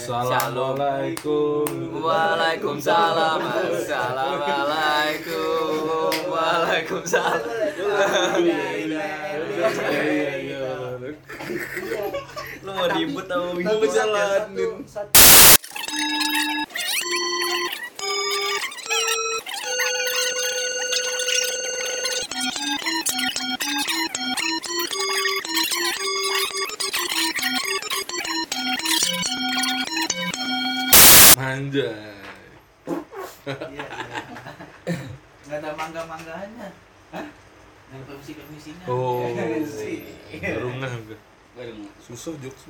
Assalamualaikum. Waalaikumsalam. Assalamualaikum. Waalaikumsalam. Lu mau ribut sama Gue jalanin. Anjay. Nggak ada mangga-mangganya. Hah? Nggak ada permisi-permisinya. Oh, sih. baru nggak. Susah jokes.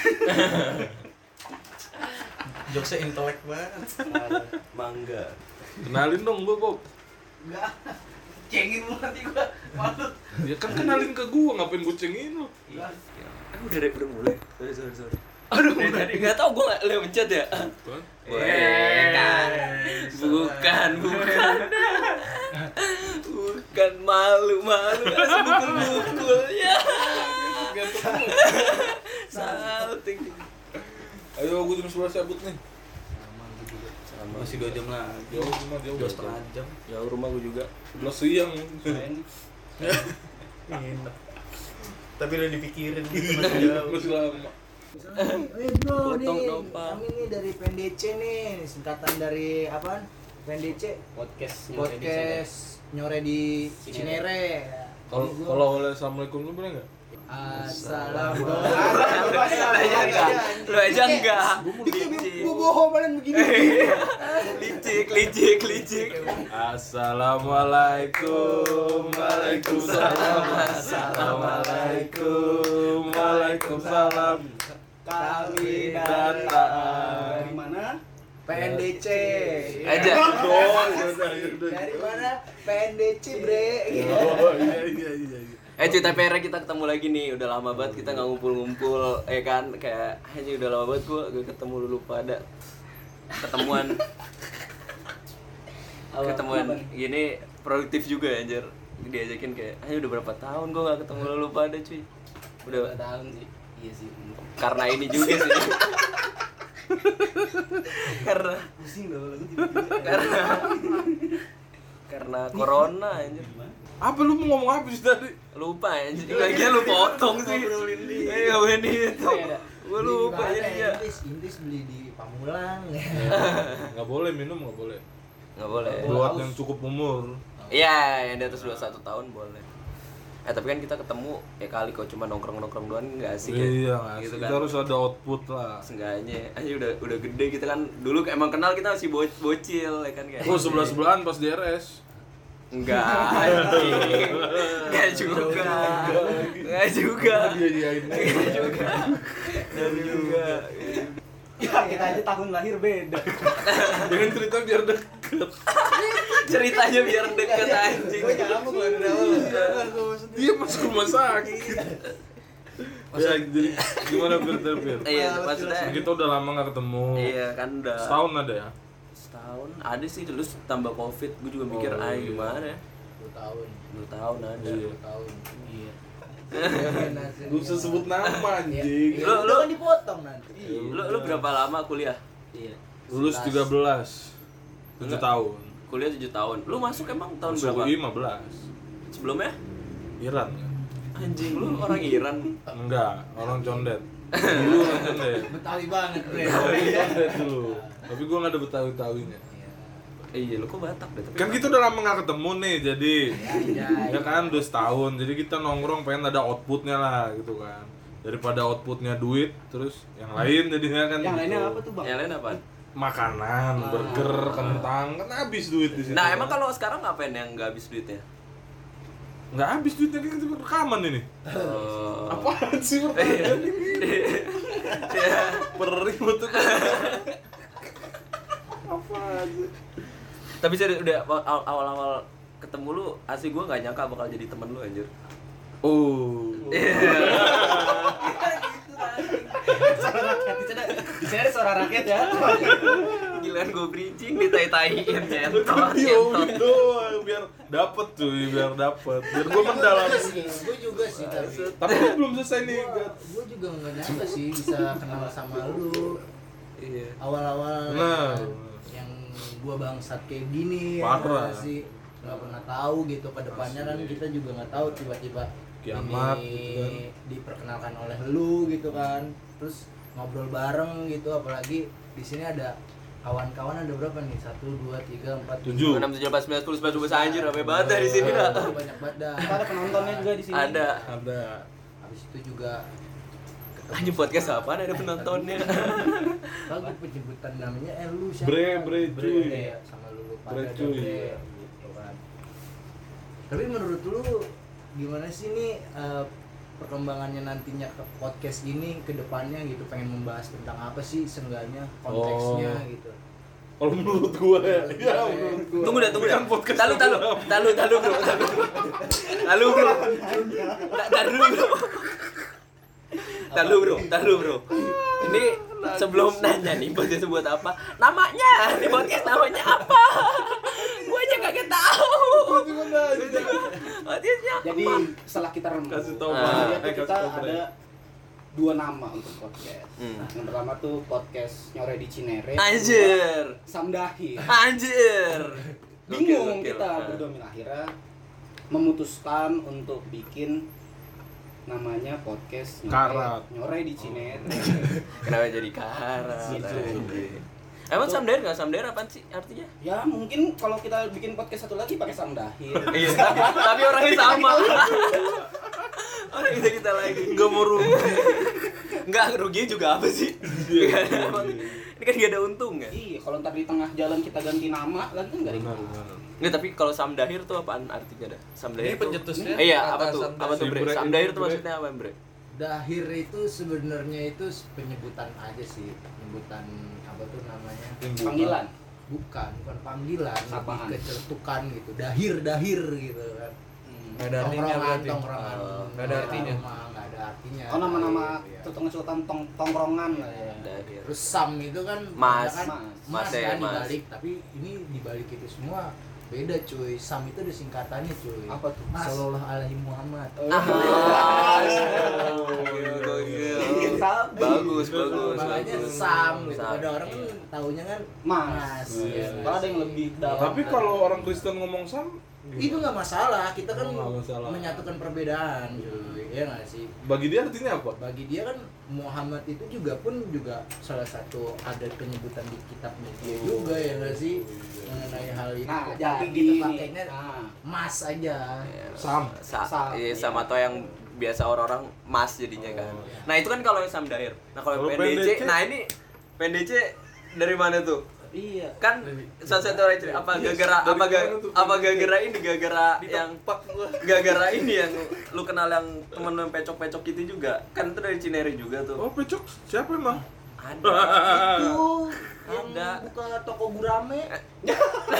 Jokesnya intelek banget. mangga. Kenalin dong gue, Bob. Enggak. Cengin lu nanti gua. Malu. Ya kan kenalin ke gue, ngapain gue cengin lo? Iya. Udah mulai. Sorry. Aduh, enggak tahu gua enggak mencet ya. Bukan. Bukan malu langsung bukul ya. Salting. Ayo, gue jam 11 cabut nih. Masih 2 jam lagi. Jauh, rumah jauh. 2,5 jam. Jauh rumah gua juga. 11 siang. Enak. Tapi udah dipikirin gitu masih jauh. Masih lama. Bro, Potong nih, numpang. kami nih dari PNDC nih, singkatan dari apa? PNDC Podcast Nyore di Cinere. Kalau oleh assalamualaikum lu boleh nggak? Assalamualaikum. Lu aja enggak. Gua bohong banget begini. Licik. Assalamualaikum. Waalaikumsalam. Assalamualaikum. Waalaikumsalam. Kami datang. dari mana? PNDC. Aja. Dari mana? PNDC, Bre. Oh iya. Cuy, tapi akhirnya kita ketemu lagi nih. Udah lama banget kita nggak ngumpul-ngumpul, kan? Kayak hanya udah lama banget gua ketemu dulu pada ketemuan gini produktif juga anjir. Diajakin kayak hanya udah berapa tahun gua nggak ketemu lu pada cuy. Udah berapa tahun sih? Iya sih. Karena ini juga sih. karena corona anjir. Apa lu mau ngomong apa sih tadi? Lupa anjir. Lagian lu potong sih. Ngapain itu? Gua lupa jadinya. Intis beli di Pamulang. Nggak boleh minum, nggak boleh. Nggak boleh. Buat yang cukup umur. Iya, yang di atas 21 tahun boleh. Tapi kan kita ketemu ya kali kok cuma nongkrong doang enggak asik ya. Iya, nggak gitu asik. kan. Kita harus ada output lah. Seenggaknya aja udah gede kita kan. Dulu emang kenal kita masih bocil ya kan kayak. Oh, sebelahan pas di RS. Enggak juga. Iya. Ya, kita aja tahun lahir beda. Jangan cerita biar deket. Ceritanya biar deket anjing. Gue nyamuk loh dari awal. Dia masuk rumah sakit. Ya, jadi gimana Fir? Iya, maksudnya. Kita udah lama nggak ketemu. Iya kan udah. Setahun ada ya? Setahun ada sih, terus tambah covid. Gue juga mikir gimana ya. 2 tahun ada. Iya. 2 tahun. Iya. Lu usah sebut nama anjing. Lu kan dipotong nanti. Lu berapa lama kuliah? Iya. Lulus 13. 7 tahun. Kuliah 7 tahun. Lu masuk emang tahun Masuk berapa? UI 15. Sebelumnya? Iran kan? Anjing, lu orang Iran. Enggak, orang condet. Dulu orang condet. Betawi banget, Bre. Orang condet dulu. Tapi gua enggak ada Betawi-Betawinya. Iya, lu kok Batak deh. Kan kita udah lama nggak ketemu nih, jadi Iya. ya kan udah setahun, jadi kita nongkrong pengen ada outputnya lah gitu kan. Daripada outputnya duit, terus yang lain jadinya kan. Yang gitu. lainnya apa tuh, Bang? Yang lain apa? Makanan, burger, kentang, kan habis duit di situ. Nah, emang kalau sekarang ngapain yang nggak habis duitnya? nggak habis duitnya, kan kita rekaman ini. Oh. Apaan sih pertanyaan ini? Iya. Perih betul. Apa aja? Tapi serius udah awal-awal ketemu lu, asli gua nggak nyangka bakal jadi temen lu anjir. Oh. Di sini ada suara rakyat ya. Gilaan gua bridging ditai-taiin Kan diomongin doang biar dapet cuy, biar gua mendalam. Gue juga sih Tapi gua belum selesai nih. Gue juga nggak nyangka sih bisa kenal sama lu. awal-awal Benar. yang gua bangsat kayak gini Parah. ya sih nggak pernah tahu gitu ke depannya kan kita juga nggak tahu tiba-tiba Kiamat ini gitu kan. diperkenalkan oleh lu gitu kan terus ngobrol bareng gitu apalagi di sini ada kawan-kawan ada berapa nih 1, 2, 3, 4, 7. 6, 7, 8, 9, 10, 11, 12 anjir rame banget dah di sini dah. banyak banget dah. Ada penontonnya juga di sini. Ada. Ada. Habis itu juga Anjir podcast apaan ada penontonnya. lagi penyebutan namanya lu siapa? Bre cuy. Ya, sama lu pada Bre cuy. gitu kan. Tapi menurut lu gimana sih nih perkembangannya nantinya ke podcast ini ke depannya gitu pengen membahas tentang apa sih seenggaknya konteksnya gitu. Kalau menurut gua ya menurut gua. Tunggu dah. Bukan podcast Talu bro. Talu bro. Ini sebelum nanya nih podcast buat apa? Namanya, nih podcast namanya apa? Gua aja kagak tahu. Podcastnya Jadi setelah kita rembuk, Kasih tahu, kita Pak. Kasih tahu, ada 2 nama untuk podcast. Hmm. Yang pertama tuh podcast Nyore di Cinere. Anjir. Samdahir. Anjir. Bingung Gokil. kita berdua akhirnya memutuskan untuk bikin namanya podcast Karat. Nyore di Cinere. Kenapa jadi karat? Gitu. Emang Samdair nggak? Samdair apaan sih artinya? Ya mungkin kalau kita bikin podcast satu lagi pakai Samdahir. Iya, tapi orangnya sama. Orang bisa kita lagi. Enggak mau rugi. Enggak, ruginya juga apa sih? Ini kan gak ada untungnya. Iya, kalau ntar di tengah jalan kita ganti nama lagi kan nggak ada. Nggak, tapi kalau Samdahir tuh apaan artinya dah? Samdahir Ini tuh pencetusnya iya, apa kata tuh? Samdahir. Apa tuh, Bre? Si Bre, Samdahir itu tuh Bre. maksudnya apa, Bre? Dahir itu sebenarnya itu penyebutan aja sih, penyebutan apa tuh namanya? Panggilan. Bukan panggilan, Sapaan. lebih ke celutukan gitu. Dahir gitu kan. Nggak ada artinya berarti. Tongkrongan. Nggak ada artinya. Nggak ada artinya. Oh nama-nama Iya. celutukan tongkrongan lah ya. Dahir. Terus Sam itu kan Mas. kebanyakan Mas mas ya, kan Mas. dibalik, tapi ini dibalik itu semua beda cuy. Sam itu ada singkatannya cuy. Apa tuh? Mas. Sallallahu alaihi Muhammad. Gokil. Bagus. Makanya Sam gitu. Ada orang kan taunya kan Mas. Iya, Kalau ada yang lebih dalam. Tapi kalau orang Kristen ngomong Sam, itu nggak masalah, kita kan Oh, nggak masalah. menyatukan perbedaan cuy. Ya nggak sih? bagi dia artinya apa? Bagi dia kan Muhammad itu juga salah satu ada penyebutan di kitabnya dia juga ya nggak sih mengenai hal itu. Nah, Tapi jadi kita gini. pakainya Nah, mas aja. Sam. Iya, sama atau yang biasa orang-orang mas jadinya kan. Nah, itu kan kalau yang Samdair. Nah, kalau Kalau PNDC, PNDC? nah ini PNDC dari mana tuh? iya. Kan salah satu orang cerita apa gara-gara ini yang gara-gara ini yang lu kenal yang temen lu yang pecok-pecok itu juga kan itu dari Cinere juga tuh. Oh, pecok siapa emang? Ada. Itu Ada. yang buka toko gurame. Iya.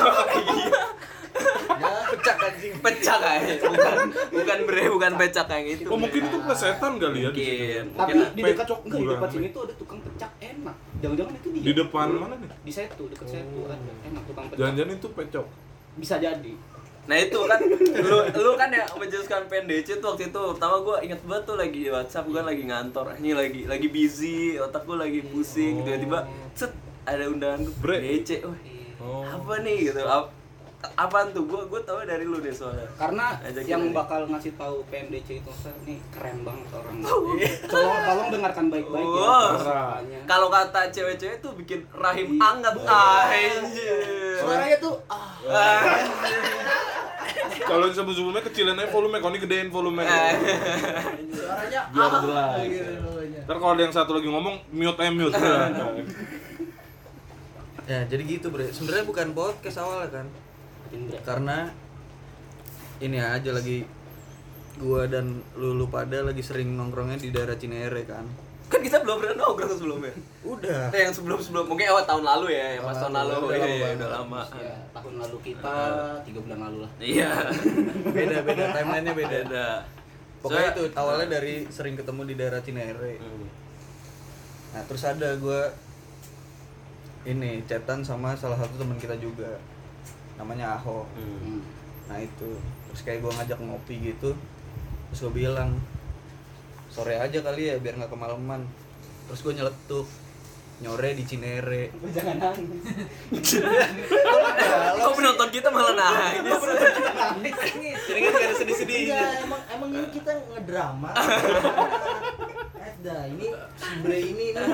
Ya, Pecak kayak. Bukan pecak yang itu. Oh, mungkin itu plesetan kali ya di Mungkin. situ. Tapi Mungkin di dekat pecok enggak, di dekat gurame. sini tuh ada tukang pecak enak. Jangan-jangan itu dia. Di depan mana nih? Di Setu, dekat Setu ada enak tukang pecak. Jangan-jangan itu pecok. Bisa jadi. Nah itu kan lu kan ya menjelaskan PNDC tuh waktu itu pertama gue inget banget tuh lagi di WhatsApp gue lagi ngantor ini lagi busy otak gue lagi pusing tiba-tiba set ada undangan Bre. PNDC Oh. apa nih gitu apaan tuh gue tahu dari lu deh soalnya Karena Ajakin yang aja. bakal ngasih tahu PNDC itu nih keren banget orang. Tolong dengarkan baik-baik ya. Wow. perusahaannya. kalau kata cewek-cewek tuh bikin rahim anget anjir suaranya tuh Kalau sebelum-sebelumnya kecilin aja volume, kalau ini gedein volume. suaranya Biar jelas. gitu. Ntar kalau ada yang satu lagi ngomong, mute. Ya, jadi gitu, Bre. Sebenarnya bukan podcast awalnya kan. Karena ini aja lagi gua dan lu pada lagi sering nongkrongnya di daerah Cinere kan. kan kita belum pernah nongkrong sebelumnya Udah. yang sebelum mungkin tahun lalu ya yang pas tahun lalu ya udah lama Ya, tahun lalu kita 3 bulan lalu lah. iya Beda timelinenya beda. beda Pokoknya Soalnya- itu awalnya dari sering ketemu di daerah Cinere. Nah, terus ada gua ini chatan sama salah satu teman kita juga. Namanya Aho. Hmm. Nah, itu. Terus kayak gua ngajak ngopi gitu. Terus gua bilang, "Sore aja kali ya biar nggak kemalaman." Terus gua nyeletuk. Nyore di Cinere. Jangan nangis. Kok penonton kita malah nangis? Jadi kan gak ada sedih-sedihnya. Enggak, emang ini kita ngedrama. Ada ini si Bre ini nih.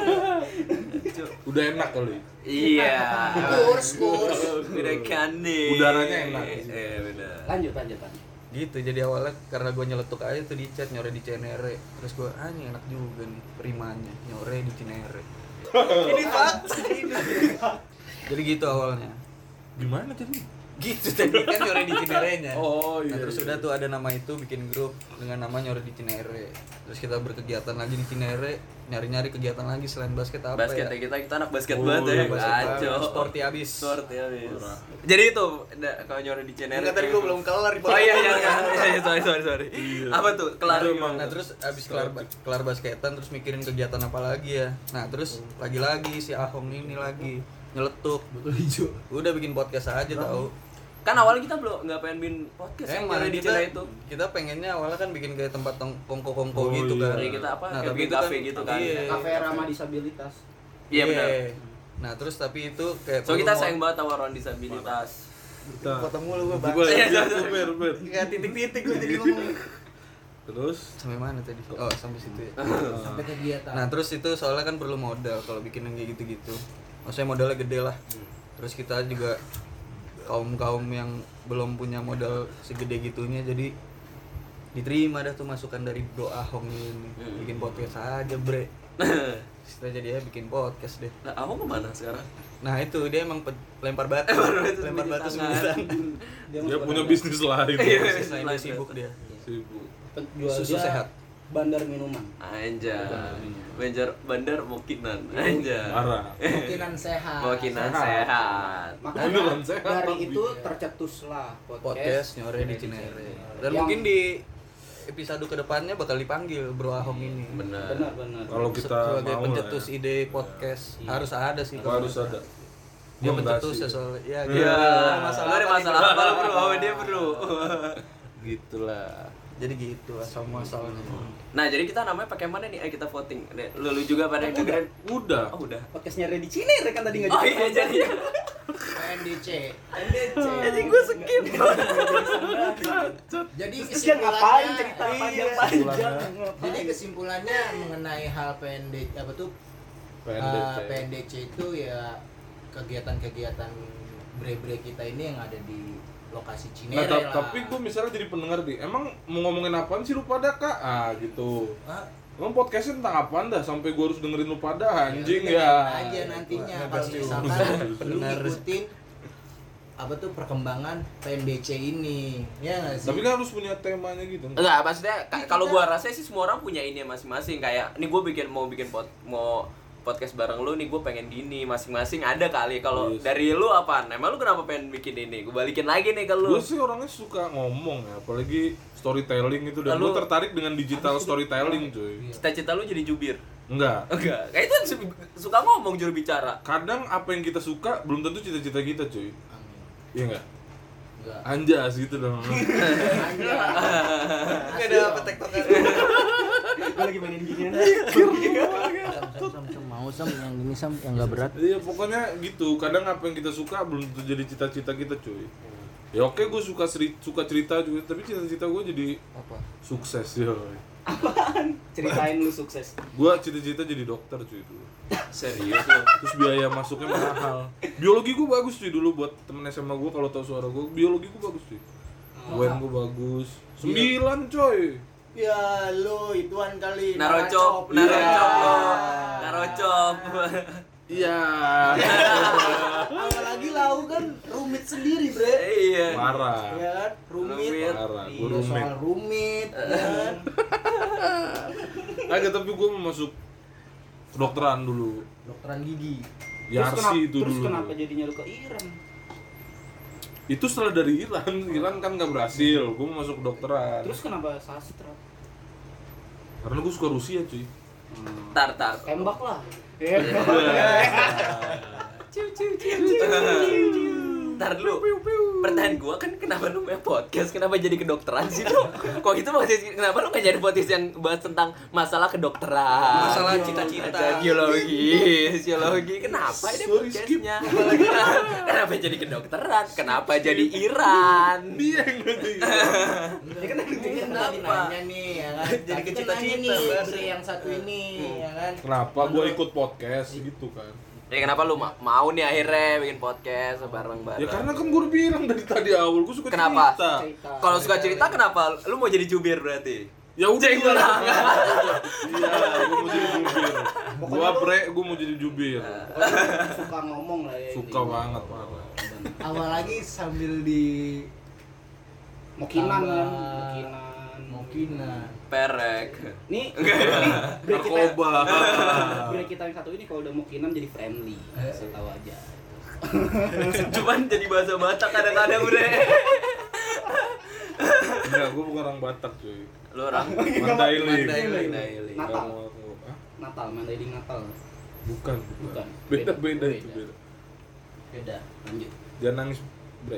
Udah enak kali. Iya. Kurs. Udah kan nih. Udaranya enak. Benar. Lanjut. Gitu, jadi awalnya karena gue nyeletuk aja tuh di chat Nyore di Cinere. Terus gue, ini enak juga nih perimanya, Nyore di Cinere. Ini fakta ini. Jadi gitu awalnya. Gimana tadi? Gitu tadi kan Nyore di Cinerenya. Oh iya. Nah, terus udah tuh ada nama itu bikin grup dengan nama Nyore di Cinere. Terus kita berkegiatan lagi di Cinere, nyari-nyari kegiatan lagi selain basket apa Basket ya? kita anak basket Oh, banget ya. iya, Basket banget, Kacau. sporty abis. Sporty abis. Jadi itu kalau Nyore di Cinere. Enggak, tadi gue belum kelar. Oh iya, sorry. Apa tuh? Kelar Itu gimana? Nah terus abis kelar basketan terus mikirin kegiatan apa lagi ya. Nah terus lagi si Ahong ini lagi nyeletuk. Betul hijau. Udah bikin podcast aja tahu. Kan awalnya kita belum nggak pengen bikin podcast yang Emang Nyore di kita Cinere itu. kita pengennya awalnya kan bikin kayak tempat kongko-kongko Oh, gitu iya. kan. Jadi kita apa, kayak tapi bikin itu kafe gitu kan. Iya. Kafe ramah disabilitas. Iya benar. Nah terus tapi itu kayak So kita perlu sayang banget sama orang disabilitas. Kita. Ketemu lu gue Ber. kayak titik-titik gue jadi ngomong. Terus Sampai mana tadi? Oh sampai situ ya. Sampai kegiatan. Nah terus itu soalnya kan perlu modal kalau bikin yang kayak gitu-gitu. Maksudnya modalnya gede lah. Terus kita juga kaum yang belum punya modal segede gitunya, jadi diterima dah tuh masukan dari Bro Ahong ini. Bikin podcast aja bre. Kita jadi ya bikin podcast deh. Nah, aku kemana sekarang? Nah itu dia emang lempar batu, lempar batu sembunyi sembilan. dia punya bisnis lain. Selain dia sibuk dia. Sibuk. Jual Susu dia sehat. bandar minuman. Anjay. Bandar Mukinan. Anjay. Marah. Mungkinan sehat. Mukinan sehat. Makanya Beneran sehat, dari Bang. itu tercetuslah Podcast Nyore di Cinere. Dan Yang- mungkin di episode kedepannya bakal dipanggil Bro Ahong ini. Benar. Benar. Kalau kita sebagai mau pencetus lah ya. ide podcast harus ada sih. Harus ada. Dia Gua enggak pencetus sih. ya soalnya. Ya, Iya. masalah Lu ada apa masalah apa lu, Bro? Sama dia, Bro. Gitulah. Jadi gitu asal muasalnya. Nah, jadi kita namanya pakai mana nih? Kita voting. Lu juga pada yang dengerin. Udah. Oh, udah. Podcastnya Ready Cinere kan tadi nggak Oh iya, jadi. NDC. Jadi gue skip. Jadi Terus dia ngapain kesimpulannya cerita Iya. panjang-panjang? Jadi kesimpulannya mengenai hal PNDC apa tuh? PNDC itu ya kegiatan-kegiatan bre-bre kita ini yang ada di lokasi Nah, Cinere lah. tapi gue misalnya jadi pendengar nih, emang mau ngomongin apaan sih lu pada kak? Ah gitu. Hah? Emang podcastnya tentang apaan dah sampai gue harus dengerin lu pada anjing Dengerin ya. aja nantinya Wah, kalau pasti misalkan lu pendengar. ngikutin apa tuh perkembangan PNDC ini. Ya nggak sih? Tapi kan harus punya temanya gitu. Enggak, maksudnya kalau gua rasa sih semua orang punya ini masing-masing. Kayak ini gua mau bikin podcast bareng lu nih, gue pengen gini, masing-masing ada kali. Kalau Yes. dari lu apaan? Emang lu kenapa pengen bikin ini? Gue balikin lagi nih ke lu. Gue sih orangnya suka ngomong ya, apalagi storytelling itu, dan Lalu- gue tertarik dengan digital storytelling cuy. Cita-cita lu jadi jubir? Enggak. Enggak, kayak itu suka ngomong juru bicara. Kadang apa yang kita suka belum tentu cita-cita kita cuy. Amin. Iya enggak? Enggak. Anjas gitu dong. Enggak ada apa tektokan. Gue lagi mainin ginian. Mau yang ini yang enggak berat. Iya pokoknya gitu. Kadang apa yang kita suka belum tentu jadi cita-cita kita cuy. Ya oke, gue suka cerita juga, tapi cita-cita gue jadi Apa? sukses ya. Ceritain lu sukses. Gue cita-cita jadi dokter cuy dulu. Serius lu? Terus biaya masuknya mahal. Biologi gue bagus cuy dulu, buat temen SMA gue kalau tahu suara gue, biologi gue bagus cuy. UN gue bagus. 9 coy. Ya lo ituan kali. Narocop Iya. lo. Narocop. Iya. Apalagi lau kan rumit sendiri, Bre. Iya. Parah. Ya kan? Rumit. Rumit. Parah. Gue Iya, rumit. soal rumit, ya kan? Agak, tapi gue mau masuk kedokteran dulu. Dokteran gigi. Yarsi itu Terus dulu. kenapa jadinya lu ke Iran? Itu setelah dari Iran kan nggak berhasil. Gue mau masuk kedokteran. Terus kenapa sastra? Karena gue suka Rusia cuy. Tar. Tembak lah. Tar dulu. pertanyaan gua kan kenapa lu punya podcast? Kenapa jadi kedokteran sih lu? Kok gitu maksudnya kenapa lu enggak jadi podcast yang bahas tentang masalah kedokteran? Masalah cita-cita. Geologi. Kenapa ini podcastnya? Kenapa jadi kedokteran? Kenapa jadi Iran? Dia yang ngerti. Ya kan tadi nanya nih ya kan. Jadi ke cita-cita, nih bahas. Bre yang satu ini ya kan. Kenapa gue ikut podcast gitu kan? Ya kenapa lu mau nih akhirnya bikin podcast bareng-bareng? Ya karena kan gue udah bilang dari tadi awal gue suka Kenapa? cerita. Kalau suka cerita kenapa? Lu mau jadi jubir berarti? Ya udah Cek ulang. Iya, gue mau jadi jubir. Gue mau jadi jubir. Suka ngomong lah ya. Suka banget parah. Awal lagi sambil di Mokinan kan, Mokinan. Perek. Nih, Narkoba. break kita yang satu ini kalau udah mokinan jadi friendly. Saya tahu aja. Cuman jadi bahasa Batak kadang-kadang udah. Enggak, gue bukan orang Batak cuy. Lu orang Mandailing. Mandailing. Natal. Hah? Natal, Mandailing Natal. Bukan. Bukan. Beda itu beda. Beda. Lanjut. Jangan nangis, Bre.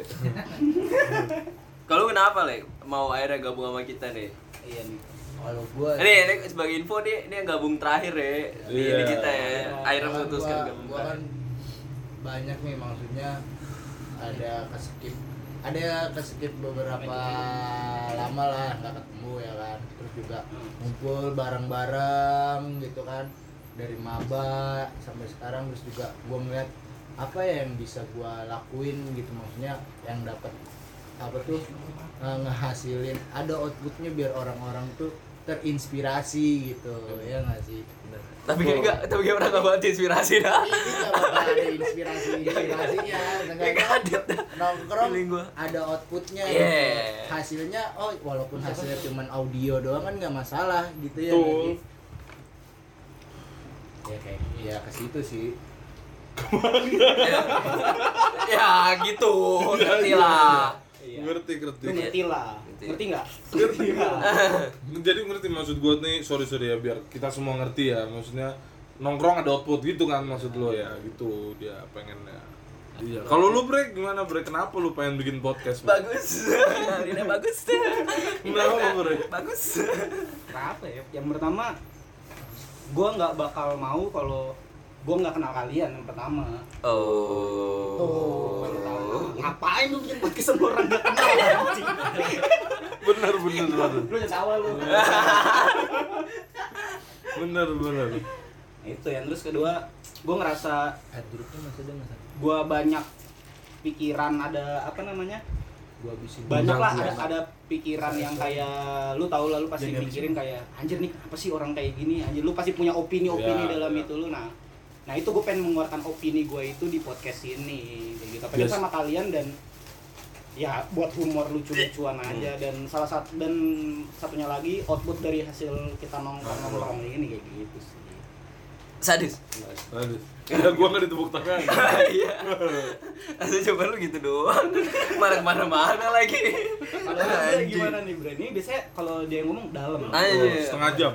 Kalau kenapa, Le? Mau akhirnya gabung sama kita nih? Iya nih. Kalau gua Ini sebagai info nih, ini yang gabung terakhir ya di Iya. ini kita ya. Akhirnya Kalau memutuskan gabung gua kan banyak nih maksudnya ada keskip beberapa lama lah nggak ketemu ya kan, terus juga ngumpul bareng-bareng gitu kan dari maba sampai sekarang, terus juga gua ngeliat apa ya yang bisa gua lakuin gitu, maksudnya yang dapat apa tuh ngehasilin ada outputnya biar orang-orang tuh terinspirasi gitu ya nggak sih? Tapi kayak orang nggak buat inspirasi dah. Ini nggak bakal ada inspirasinya, nongkrong ada outputnya gitu. Yeah. Hasilnya walaupun hasilnya cuman audio doang kan nggak masalah gitu ya. Betul. Nggak sih? Ya kayak ya ke situ sih. Ya gitu, ngerti lah. Ngerti. Ngerti lah. Ngerti nggak? Jadi ngerti maksud gue nih, sorry ya biar kita semua ngerti ya, maksudnya nongkrong ada output gitu kan maksud lo ya, gitu dia pengennya. Iya. Kalau lu Bre gimana Bre? Kenapa lu pengen bikin podcast? Bre? Bagus. Ini bagus. Kenapa Bre? Bagus. Apa ya? Yang pertama, gue nggak bakal mau kalau gue nggak kenal kalian yang pertama. Ngapain lu bikin podcast sama orang nggak kenal? Bener. Lu jangan awal lu. Bener. Itu yang terus kedua, gue ngerasa Adruknya masih ada nggak? gue banyak pikiran, ada apa namanya? Gua habisin. Banyak lah ada pikiran yang kayak lu tahu lah, lu pasti mikirin kayak anjir nih apa sih orang kayak gini, anjir lu pasti punya opini dalam itu lu. Nah itu gue pengen mengeluarkan opini gue itu di podcast ini kayak gitu, pengen sama kalian dan ya buat humor lucu-lucuan aja, dan satunya lagi output dari hasil kita nongkrong ini kayak gitu sih. Sadis. Ya gua nggak ditepuk tangan. Iya. Asal coba lu gitu doang. Marah kemana-mana lagi. Kalau lu gimana nih Bre? Ini biasanya kalau dia ngomong dalam. Setengah jam.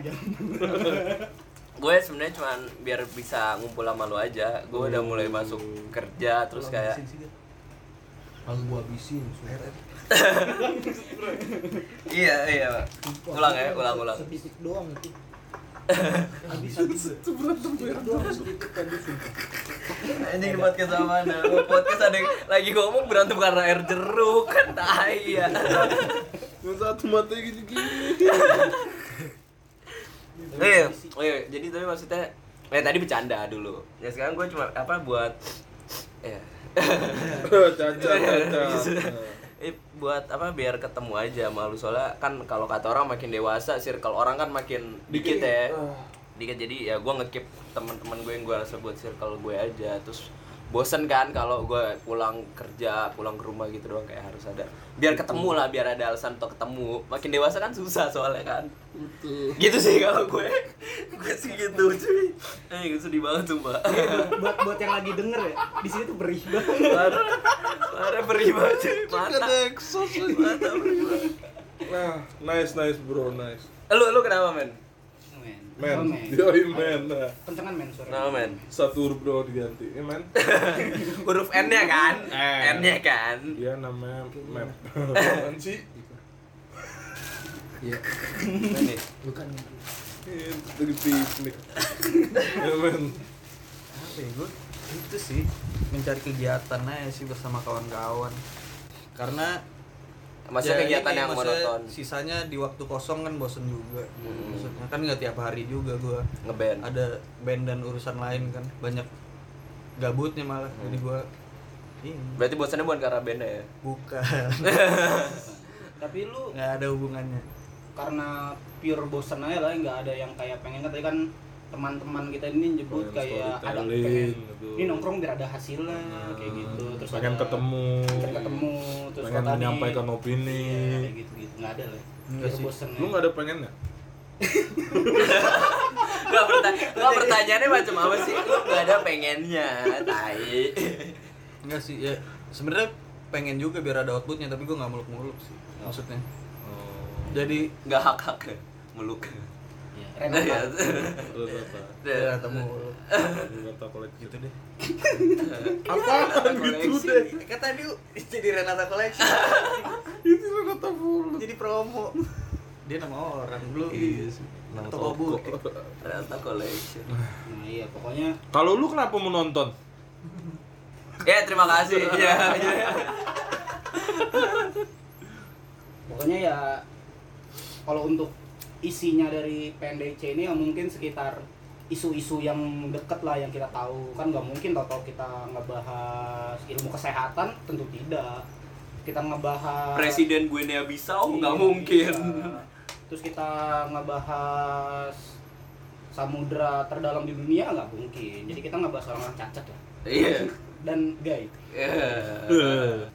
Gue sebenarnya cuman biar bisa ngumpul sama lu aja. Gue udah mulai masuk kerja terus kayak kalau gua habisin Iya. Ulang. sedikit doang itu. Anjing di podcast sama mana? Podcast ada yang lagi ngomong berantem karena air jeruk kan, tai ya. Yang satu matanya gini-gini. Jadi tapi maksudnya tadi bercanda dulu. Ya sekarang gue cuma buat Caca. buat biar ketemu aja sama lu, soalnya kan kalau kata orang makin dewasa circle orang kan makin dikit ya. Dikit, jadi ya gue nge-keep teman-teman gue yang gue rasa buat circle gue aja. Terus bosen kan kalau gue pulang kerja, pulang ke rumah gitu doang, kayak harus ada biar ketemu lah, biar ada alasan untuk ketemu. Makin dewasa kan susah soalnya kan. Betul. Gitu sih kalau gue sih gitu cuy. Sedih banget sumpah. buat yang lagi denger ya, di sini tuh perih banget. Parah perih banget cuy. Mata Exos. perih banget. Nah, nice bro, nice. Lu kenapa men? Men. Oh, men. Yoi men. Nah, Kencengan men suara. Nah, men. satu huruf doang diganti. Ya men. Huruf N-nya kan? N. N-nya kan? Dia namanya map. Apaan sih? Iya. Ini. Bukan. Dari piknik. Ya men. Apa ya, gue itu sih mencari kegiatan aja sih bersama kawan-kawan. Karena Maksudnya kegiatan ini, yang maksudnya monoton. sisanya di waktu kosong kan bosen juga. Maksudnya kan nggak tiap hari juga gua Ngeband. ada band dan urusan lain kan, banyak gabutnya malah. Jadi gua ini Berarti bosannya bukan karena band ya? bukan Tapi lu nggak ada hubungannya. karena pure bosan aja lah, nggak ada yang kayak pengen tadi kan teman-teman kita ini nyebut Pengen kayak ada storytelling, pengen gitu. ini nongkrong biar ada hasilnya kayak gitu, terus pengen ada- ketemu. terus Pengen kok tadi- menyampaikan opini. iya, kayak gitu nggak ada lah. Enggak Pure sih. bosen Lu nggak ada pengennya? Gak pertanyaannya macam apa sih? Lu gak ada pengennya, tai. Enggak sih ya, sebenarnya pengen juga biar ada outputnya, tapi gua nggak muluk-muluk sih maksudnya. Jadi Gak hak-hak ya? Meluk. Renata Ya. Terus apa? ya temu muluk Renata koleksi. gitu deh. Apaan gitu Koleksi. deh? Kan tadi jadi Renata Collection. Itu Renata full. Jadi promo. Dia nama orang dulu Iya di toko butik. Ternyata collection. nah iya pokoknya Kalau lu kenapa mau nonton? Ya terima kasih. Iya. pokoknya ya kalau untuk isinya dari PNDC ini ya mungkin sekitar isu-isu yang deket lah yang kita tahu. Kan nggak mungkin tau kita ngebahas ilmu kesehatan, tentu tidak. Kita ngebahas Presiden Guinea Bissau nggak Iya, mungkin. iya. Terus kita ngebahas samudra terdalam di dunia, nggak mungkin. Jadi kita ngebahas orang cacat lah Iya. dan gay. Iya.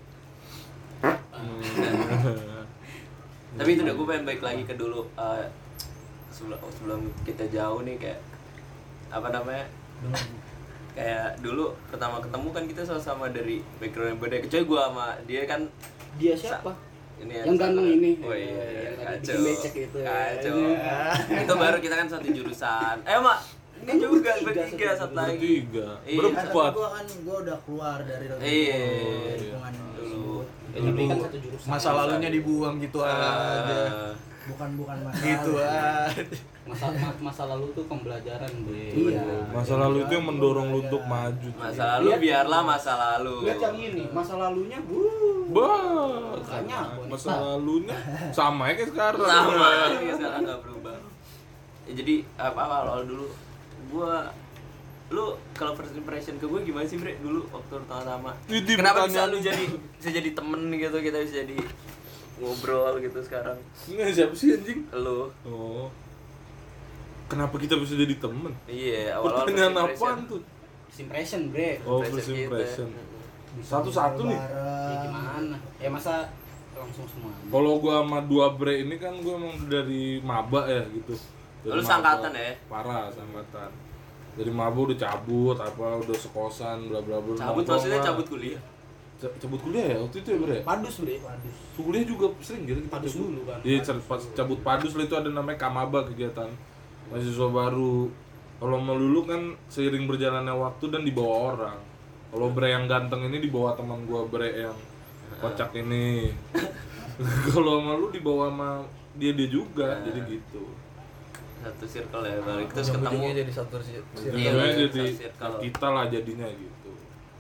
Tapi itu udah gue pengen balik lagi ke dulu sebelum kita jauh nih kayak apa namanya kayak dulu pertama ketemu kan kita sama-sama dari background yang beda kecuali gue sama dia kan Dia siapa? ini Yang ganteng ini. oh iya Yang tadi kacau bikin becek itu. kacau Iya. itu baru kita kan satu jurusan mak ini juga bertiga satu lagi Bertiga. Iya. Berempat. Gua udah keluar dari Iya. lingkungan Dulu. Ya, tapi kan satu jurusan. Masa lalunya dibuang gitu aja. bukan masalah. Gitu aja. Masa lalu tuh pembelajaran, Bre. Iya. Masa lalu itu yang mendorong lu untuk maju. masa lalu biarlah masa lalu Lihat yang ini, masa lalunya, Bah, Makanya aku masa nista. lalunya sama ya kayak sekarang. sama ya, sekarang nggak berubah ya, jadi apa awal dulu gua lu kalau first impression ke gue gimana sih Bre dulu waktu pertama-tama Ini kenapa bisa pertanyaan- lu bisa jadi temen gitu kita bisa jadi ngobrol gitu sekarang Ini siapa sih anjing? lu Oh. Kenapa kita bisa jadi temen? iya awal-awal Pertanyaan first impression. apaan tuh? first impression, Bre. Oh, Impression first kita. impression. Bisa Satu-satu nih. bareng. Ya gimana? Ya masa langsung semua. Kalau gua sama dua bre ini kan gua emang dari maba ya gitu. Dari Lu maba. sangkatan ya? Parah sangkatan. Dari maba udah cabut apa udah sekosan bla bla bla. cabut nongkrong maksudnya lah. cabut kuliah Cabut kuliah ya waktu itu ya bre. Padus, Bre, padus. Kuliah juga sering gitu kita Padus cabut. dulu kan. Iya cabut padus lah itu ada namanya kamaba kegiatan mahasiswa baru. Kalau melulu kan seiring berjalannya waktu dan dibawa orang. Kalau bre yang ganteng ini dibawa teman gua bre yang kocak ini. Kalau sama lu dibawa sama dia juga jadi gitu. satu circle ya balik terus Ujung-ujungnya ketemu jadi satu circle. Iya, Jadinya jadi satu circle. kita lah jadinya gitu.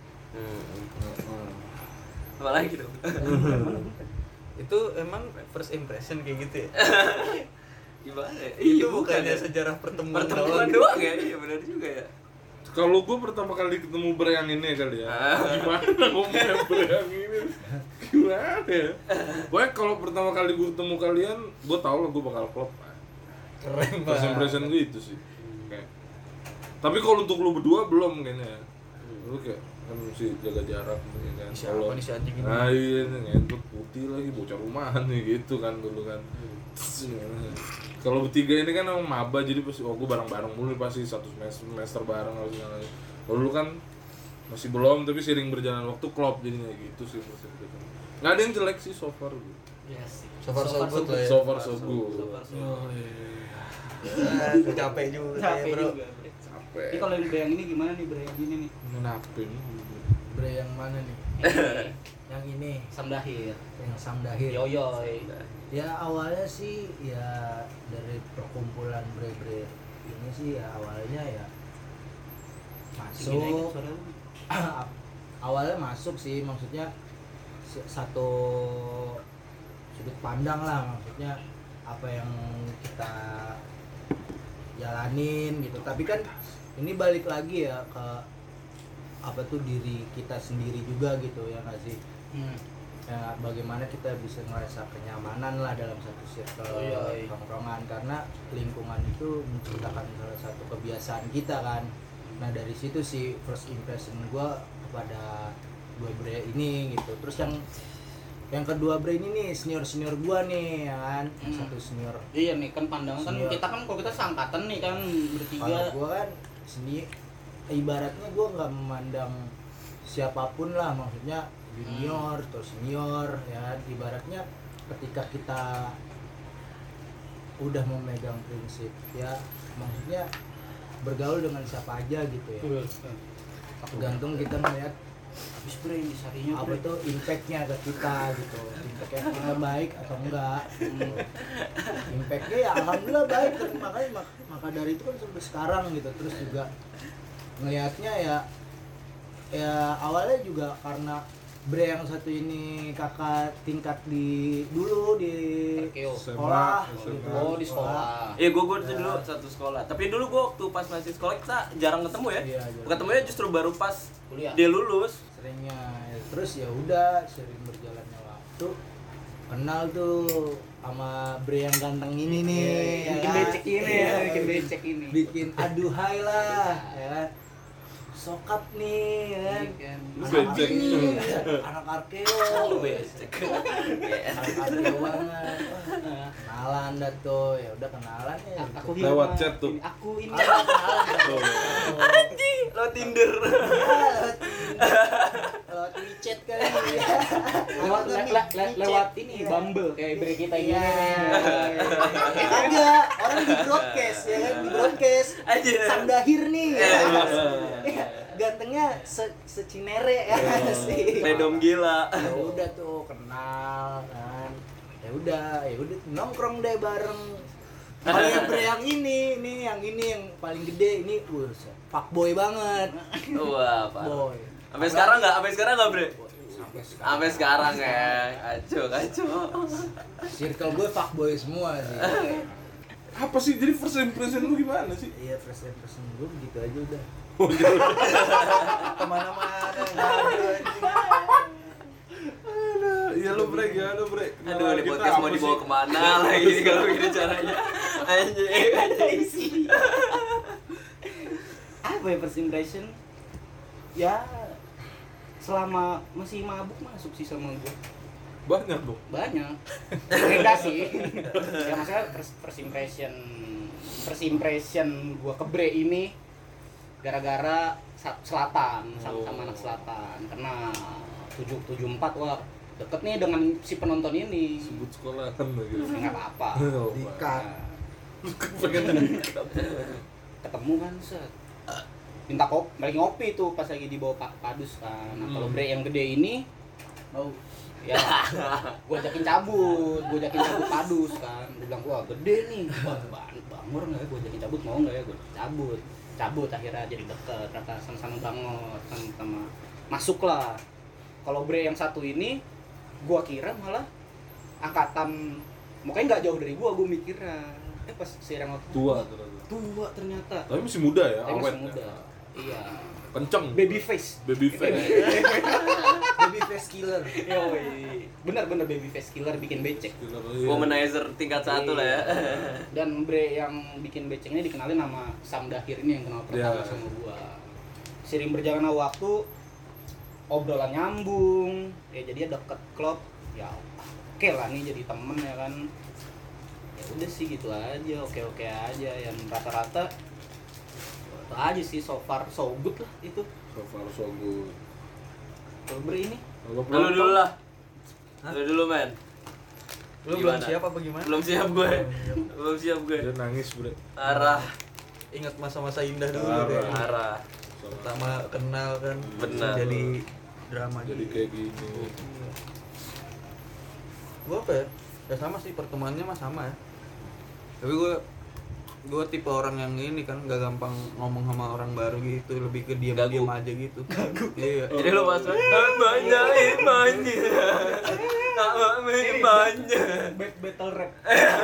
apa lagi dong Itu emang first impression kayak gitu ya? gimana ya? Itu bukan bukannya ya. sejarah pertemuan pertemuan doang ya iya benar juga ya Kalau gua pertama kali ketemu bre yang ini kali ya. Gimana ngomongnya bre yang ini? Gimana ya? Pokoknya kalau pertama kali gua ketemu kalian, gua tau lah gua bakal klop. Keren First impression gue itu sih. Kayak. Tapi kalau untuk lu berdua belum kayaknya. Lu kayak kan mesti jaga jarak ya kan. Siapa nih si anjing ini? Nah iya nih ngentut putih lagi bocah rumahan nih gitu kan dulu kan. Kalau bertiga ini kan emang maba jadi pasti gue bareng-bareng mulu nih, pasti satu semester bareng harus jalan. Kalau dulu kan masih belum tapi sering berjalan waktu klop jadinya gitu sih first impression. Nggak ada yang jelek sih so far gitu. Yes. So far so good lah ya. So far so good. So far so good. Oh, iya. Capek juga ya, Capek bro. juga, Bre. Capek. Ini kalau yang ini gimana nih, Bre? Yang ini nih. Kenapa ini? Bre yang mana nih? Yang ini, Samdahir. yang Samdahir. Yoyoy. Ya awalnya sih ya dari perkumpulan bre-bre ini sih ya awalnya ya Tinggi naik masuk. suara lu. Awalnya masuk sih, maksudnya satu sudut pandang lah, maksudnya apa yang kita jalanin gitu. Tapi kan ini balik lagi ya ke apa tuh diri kita sendiri juga gitu ya nggak sih? Ya, bagaimana kita bisa merasa kenyamanan lah dalam satu circle tongkrongan, karena lingkungan itu menciptakan salah satu kebiasaan kita kan. Nah dari situ sih first impression gue kepada dua bre ini gitu. Terus yang kedua bre ini nih senior gue nih ya kan, yang satu senior. Iya nih kan pandangan kan Senior. kita kan kalau kita seangkatan nih kan bertiga. Kalau gue kan sendiri, ibaratnya gue nggak memandang siapapun lah, maksudnya junior atau senior ya, ibaratnya ketika kita udah memegang prinsip ya, maksudnya bergaul dengan siapa aja gitu ya, tergantung kita melihat Habis bre ini sarinya apa tuh impactnya ke kita gitu, impactnya kita baik atau enggak gitu. Impactnya ya alhamdulillah baik, makanya maka dari itu kan sampai sekarang gitu. Terus juga ngelihatnya ya awalnya juga karena bre yang satu ini kakak tingkat dulu di Terkeo. sekolah SMA. gitu. Oh di sekolah. Iya, gue tuh dulu satu sekolah. Tapi dulu gue waktu pas masih sekolah kita jarang ketemu ya. Iya, jarang. Ketemunya justru baru pas Kuliah. dia lulus. Seringnya ya, terus ya udah sering berjalannya waktu kenal tuh sama bre yang ganteng ini nih ya Bikin kan? becek ini ya, Iya, bikin becek ini. bikin aduhai lah ya kan? Sokap nih ya kan? Iya kan. Lu Anak becek. ini, anak arkeo Lu becek. anak arkeo banget. Wah, kenalan dah tuh, ya udah kenalan ya Aku Lewat Hilman. chat tuh. Aku ini. kenalan dah tuh. Lo Tinder. Lewat WeChat kan Lewat ini Bumble kayak bre kita ini. Kagak, orang di broadcast ya kan, di broadcast Aja. Samdahir nih Iya. ya. Gantengnya secinere ya sih. Redom gila. Ya udah tuh kenal kan. Ya udah nongkrong deh bareng. Kalau yang bre yang ini yang paling gede ini fuckboy banget. Wah, Pak. Boy. Sampai sekarang enggak, Bre? Sampai sekarang. Sampai sekarang ya. Kacau. Circle gue fuckboy semua sih. Apa sih? Jadi first impression lu gimana sih? Iya, first impression gue begitu aja udah. Kemana-mana. Iya lu break ya, lu break. Aduh, di podcast mau dibawa kemana lagi kalau gini caranya. Anjing sih. Apa ya first impression? Ya selama masih mabuk masuk sih sama gue. Banyak dong. Banyak. Enggak sih. Ya maksudnya first impression gue ke bre ini gara-gara selatan, sama anak selatan. Karena 774 wah deket nih dengan si penonton ini. Sebut sekolah kan gitu. Ya nggak apa-apa. Dikat. Pengen Ketemu kan set. Minta lagi ngopi tuh pas lagi dibawa padus kan. Nah, kalau bre yang gede ini mau ya gua ajakin cabut padus kan. Gua bilang gua gede nih. Bangor enggak ya gua ajakin cabut, mau enggak ya gua cabut akhirnya jadi deket, rata sama-sama bangor, sama masuk lah. Kalau bre yang satu ini gua kira malah angkatan mukanya nggak jauh dari gua mikirnya. Pas seiring waktu tua ternyata. Tapi masih muda ya, Tapi awet. masih muda. Iya. Kenceng. Baby face. Baby face. Baby face killer. Yoi. Benar baby face killer bikin becek. Womanizer tingkat 1 lah ya. Dan bre yang bikin becek ini dikenalin nama Samdahir ini yang kenal pertama Ya. sama gua. Sering berjalannya waktu obrolan nyambung, ya jadi deket klub. Ya oke lah nih jadi temen ya kan. Ya udah sih gitu aja, oke aja yang rata-rata itu aja sih, so far so good lah itu. So far so good. Kalau bre ini Kalau Lu dulu lah. Lu dulu, men. Lu belum siap apa gimana? Belum siap gue. Belum siap gue. Dia nangis, Bre. Arah. Ingat masa-masa indah dulu Parah. deh. Arah. Pertama kenal kan. Benar. Jadi drama Jadi gitu. kayak gini. Gue apa ya? Ya sama sih, pertemuannya mah sama ya. Tapi gue tipe orang yang ini kan gak gampang ngomong sama orang baru gitu, lebih ke diam-diam aja gitu. Iya. Jadi lu pas banyak. Battle rap.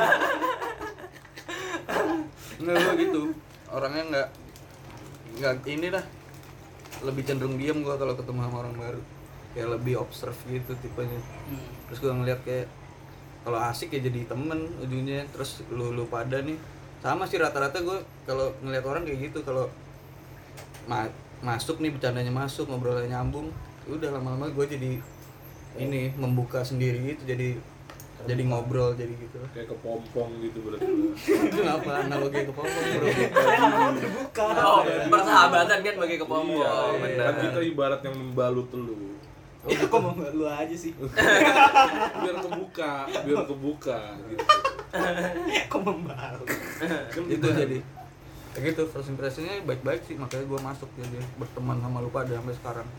Enggak, gue gitu. Orangnya nggak ini dah. Lebih cenderung diam gue kalau ketemu sama orang baru. Kayak lebih observe gitu tipenya. Terus gue ngeliat kayak kalau asik ya jadi temen ujungnya. Terus lu pada nih sama sih rata-rata gue kalau ngeliat orang kayak gitu. Kalau masuk nih, bercandanya masuk, ngobrolnya nyambung, udah lama-lama gue jadi ini membuka sendiri gitu, jadi ngobrol jadi gitu. Kayak kepompong gitu berarti. Kenapa analogi ke pompong bro? Terbuka. Oh, persahabatan kan bagi kepompong. Iya, Benar. kan kita ibarat yang membalut telur. Kok mau lu aja sih? biar kebuka gitu. Kok membalut? Kan Itu jadi kayak gitu. First impressionnya baik-baik sih, makanya gue masuk jadi berteman sama lu pada sampai sekarang.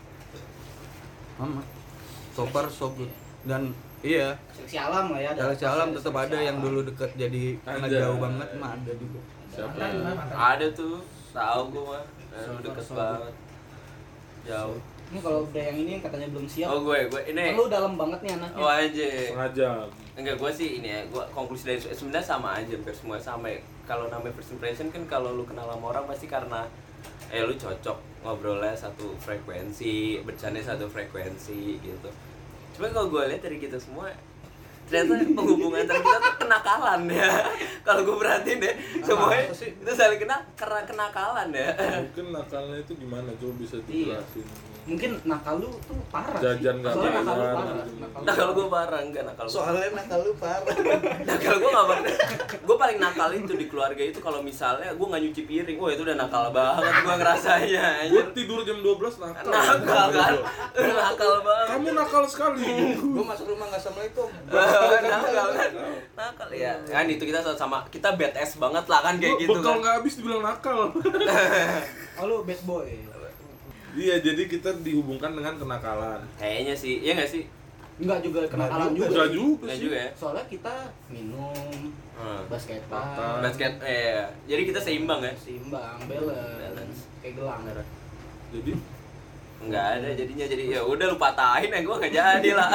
Mama so far so good. Dan iya, Seleksi alam lah ya. seleksi alam tetap ada yang dulu deket jadi Ada. ngejauh banget mah ada juga. Siapa? Ada tuh. Tahu gua mah. Lu deket banget. Jauh. Ini kalau udah yang ini yang katanya belum siap. Oh, gue ini. Lu dalam banget nih anaknya. Oh aja. Setengah jam. Enggak, gue sih ini ya, gue konklusi dari sebenarnya sama aja, hampir semua sama ya. Kalau namanya first impression kan kalau lu kenal sama orang pasti karena lu cocok, ngobrolnya satu frekuensi, bercanda satu frekuensi gitu. Cuma kalau gue lihat dari kita semua ternyata penghubungan antara kita tuh kenakalan ya. Kalau gue perhatiin deh, semuanya itu saling karena kenakalan ya. Mungkin nakalnya itu gimana? Coba bisa dijelasin. Mungkin nakal lu tuh parah Jajan sih. nggak Soalnya nakal lu bayar, parah. gitu. Nakal gue parah, enggak nakal gua. Soalnya nakal lu parah. Nakal gue nggak pernah. Gue paling nakal itu di keluarga itu kalau misalnya gue nggak nyuci piring, wah itu udah nakal banget gue ngerasanya. Gue tidur jam 12 nakal. Nakal kan? Nakal banget. Kamu nakal sekali. Gue masuk rumah nggak assalamualaikum. Nakal kan? Nakal ya. Kan itu kita sama kita badass banget lah kan kayak gitu Bekal kan. nggak habis dibilang nakal. Oh lu bad boy. Iya, jadi kita dihubungkan dengan kenakalan. Kayaknya sih, iya nggak sih? Enggak juga kenakalan juga. Enggak sih. juga Nggak sih. juga ya. Soalnya kita minum, basketan, Makan. Basket, jadi kita seimbang ya. seimbang, balance, kayak gelang. Jadi Nggak ada jadinya, jadi ya udah lu patahin ya gue nggak jadi lah.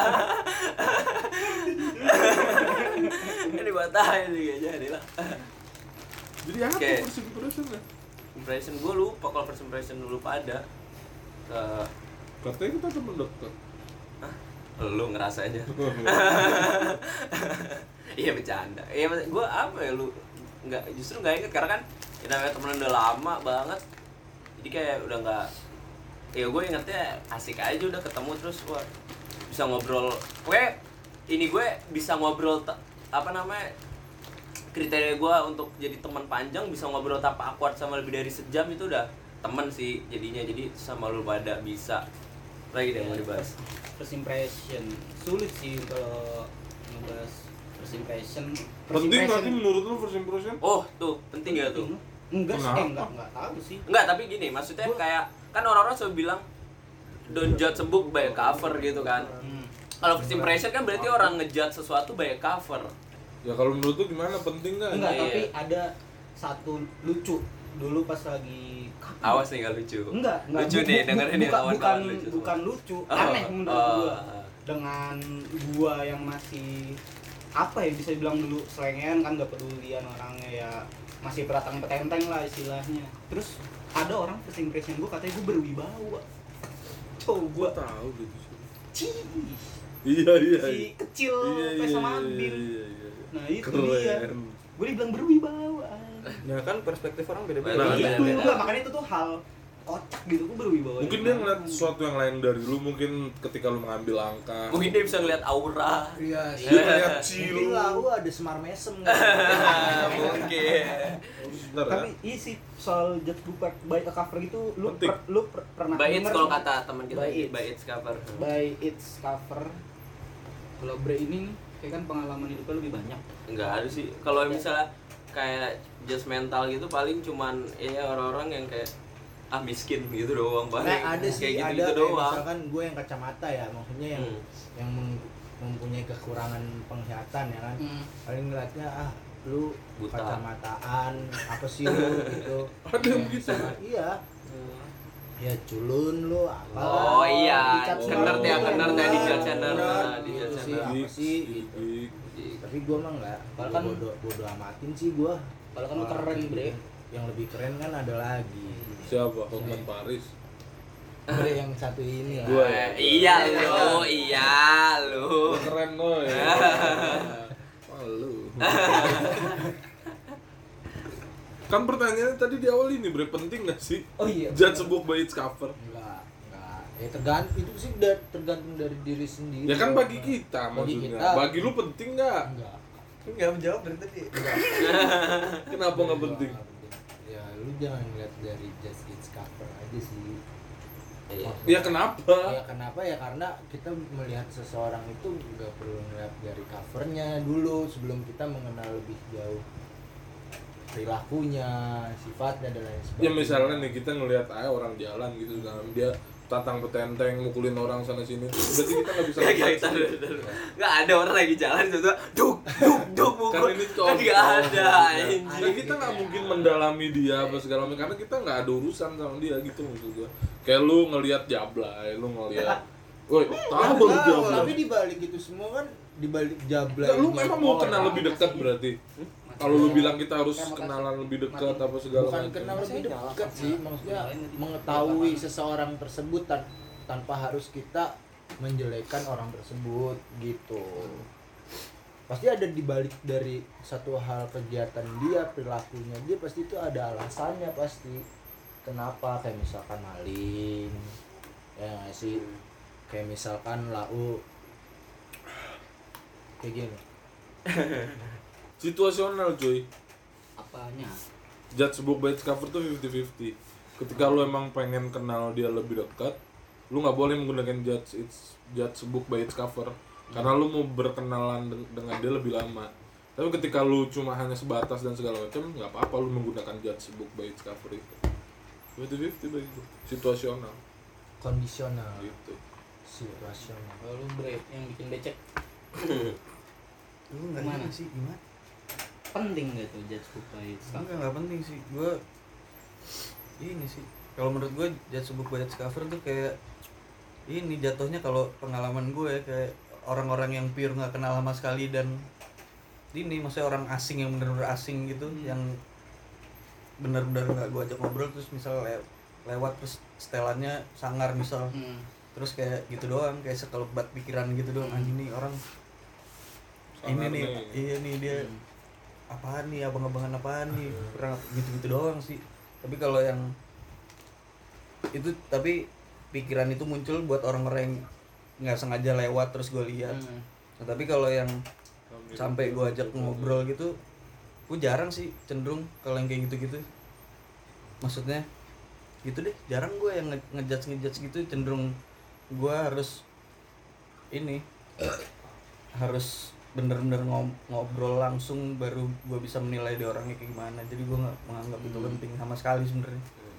Ini patahin sih nggak jadi lah. jadi apa Oke. first impression-nya? Impression gue lupa kalau first impression lu pada ke Katanya kita temen dekat. lu ngerasanya. Iya bercanda. Iya gue apa ya lu justru nggak inget karena kan kita temenan udah lama banget. Jadi kayak udah nggak. Ya gue ingetnya asik aja udah ketemu terus wah bisa ngobrol. Gue bisa ngobrol kriteria gue untuk jadi teman panjang bisa ngobrol tanpa awkward sama lebih dari sejam itu udah temen sih jadinya. Jadi sama lu pada bisa lagi deh mau dibahas. First impression sulit sih kalau ngebahas first impression. Penting nggak sih menurut lu first impression? Oh tuh penting gak tuh? Enggak sih, Kenapa? enggak tahu sih. Enggak, tapi gini, maksudnya kayak kan orang-orang selalu bilang don't judge a book by a cover gitu kan. Kalau first impression kan berarti orang ngejudge sesuatu by a cover. Ya kalau menurut lu gimana? Penting nggak? Enggak, Iya. tapi ada satu lucu dulu pas lagi Awas nih gak lucu. enggak Lucu nih, dengerin nih kawan-kawan lucu. bukan lucu, Oh, aneh menurut gua. oh. Dengan gua yang masih apa ya bisa dibilang dulu selengean kan gak pedulian orangnya ya masih peratang petenteng lah istilahnya. Terus ada orang first impression gua katanya gua berwibawa. Gua tahu gitu sih. Cih. Iya. Si kecil kayak sama Admin. Iya. Nah itu Keren. dia. Gue dibilang berwibawa. Ya kan perspektif orang beda-beda. Nah, Itu beda-beda. enggak, makanya itu tuh hal kocak gitu, gue berwibawa. Mungkin dia ngeliat sesuatu yang lain dari lu, mungkin ketika lu mengambil angka. Mungkin dia bisa ngeliat aura. Iya, Dia ngeliat mungkin cilu. lah lu ada semar mesem. Mungkin. Sebentar Tapi ya. iya sih soal judge book by a cover gitu, Penting. lu pernah By It's denger kalau nggak? kata teman kita By It's. by It's cover. By its cover. Kalau Bre ini nih, Kayak kan pengalaman hidupnya lebih banyak. Enggak ada sih. Kalau misalnya kayak just mental gitu paling cuman ya orang-orang yang kayak miskin gitu doang paling. Nah, ada sih, kayak ada gitu kayak doang. misalkan gue yang kacamata ya, maksudnya yang mempunyai kekurangan penglihatan ya kan. Paling ngeliatnya lu Buta. kacamataan apa sih lu gitu. Ada yang gitu. Iya. Ya culun lu apa? Oh iya, Dicap bener semua ya, orang. bener ya, dijudge Bener, bener, gitu dijudge sih, bener. apa sih gitu. Tapi gua mah enggak, Padahal gua kan- bodo amatin sih gua. Padahal kan lu keren, Bre. Yang lebih keren kan ada lagi. Siapa? Hotman Paris. Bre yang satu ini lah. Gua. Iya lu. Keren lo ya. Lu. Kan pertanyaannya tadi di awal ini bre, penting gak sih? Oh iya. Judge a book by its cover. Enggak. Ya tergantung, itu sih udah tergantung dari diri sendiri. Ya kan bagi kita Bagi maksudnya. kita. Bagi lu penting nggak? Enggak. Enggak menjawab dari tadi. Kenapa nggak penting? Ya lu jangan lihat dari just its cover aja sih. Iya. Ya kenapa? Ya kenapa ya, karena kita melihat seseorang itu nggak perlu melihat dari covernya dulu sebelum kita mengenal lebih jauh perilakunya, sifatnya dan lain sebagainya. Ya misalnya nih kita ngelihat orang jalan gitu kan, dia tatang petenteng mukulin orang sana sini, berarti kita nggak bisa Nggak ada orang lagi jalan tiba-tiba duk mukul. Kan ini Kan nggak ada anjing. Ya kita nggak mungkin mendalami dia apa segala macam karena kita nggak ada urusan sama dia gitu maksud gua. Kayak lu ngelihat Jablay, lu ngelihat woi, tahu lu Jablay. Tapi dibalik itu semua kan, dibalik Jablay. Nggak, lu memang mau kenal lebih dekat berarti? Kalau lu bilang kita harus kenalan lebih dekat apa segala bukan macam. kenal lebih dekat sih, maksudnya mengetahui seseorang tersebut tanpa harus kita menjelekkan orang tersebut gitu. Pasti ada dibalik dari satu hal kegiatan dia, perilakunya dia, pasti itu ada alasannya pasti. Kenapa? Kayak misalkan maling, ya nggak sih, kayak misalkan lau kayak gini. Situasional cuy. Apanya? Judge book by its cover tuh 50-50. Ketika lu emang pengen kenal dia lebih dekat, lu nggak boleh menggunakan judge book by its cover karena lu mau berkenalan dengan dia lebih lama. Tapi ketika lu cuma hanya sebatas dan segala macam, nggak apa-apa lu menggunakan judge book by its cover itu. 50-50 bagi gua. Situasional Kondisional, gitu. situasional. Kalau lu Bre yang bikin becek Lu enggak Gimana? sih gimana? penting gak tuh judge book by its cover? Enggak penting sih. Gua ini sih. Kalau menurut gue judge book by its cover tuh kayak ini jatuhnya kalau pengalaman gue ya, kayak orang-orang yang pure nggak kenal sama sekali dan ini maksudnya orang asing yang benar-benar asing gitu yang benar-benar nggak gue ajak ngobrol terus misal lewat terus setelannya sangar misal terus kayak gitu doang kayak sekelebat pikiran gitu doang anjing nih orang Sangar ini nih nih. iya nih dia apaan nih abang-abangan apaan nih kurang gitu-gitu doang sih. Tapi kalau yang itu tapi pikiran itu muncul buat orang-orang yang nggak sengaja lewat terus gue lihat. Nah, tapi kalau yang sampai gue ajak ngobrol gitu gue jarang sih, cenderung kalau yang kayak gitu-gitu maksudnya gitu deh, jarang gue yang ngejudge gitu, cenderung gue harus ini harus bener-bener ngobrol langsung baru gue bisa menilai dia orangnya kayak gimana. Jadi gue nggak menganggap itu penting sama sekali sebenarnya.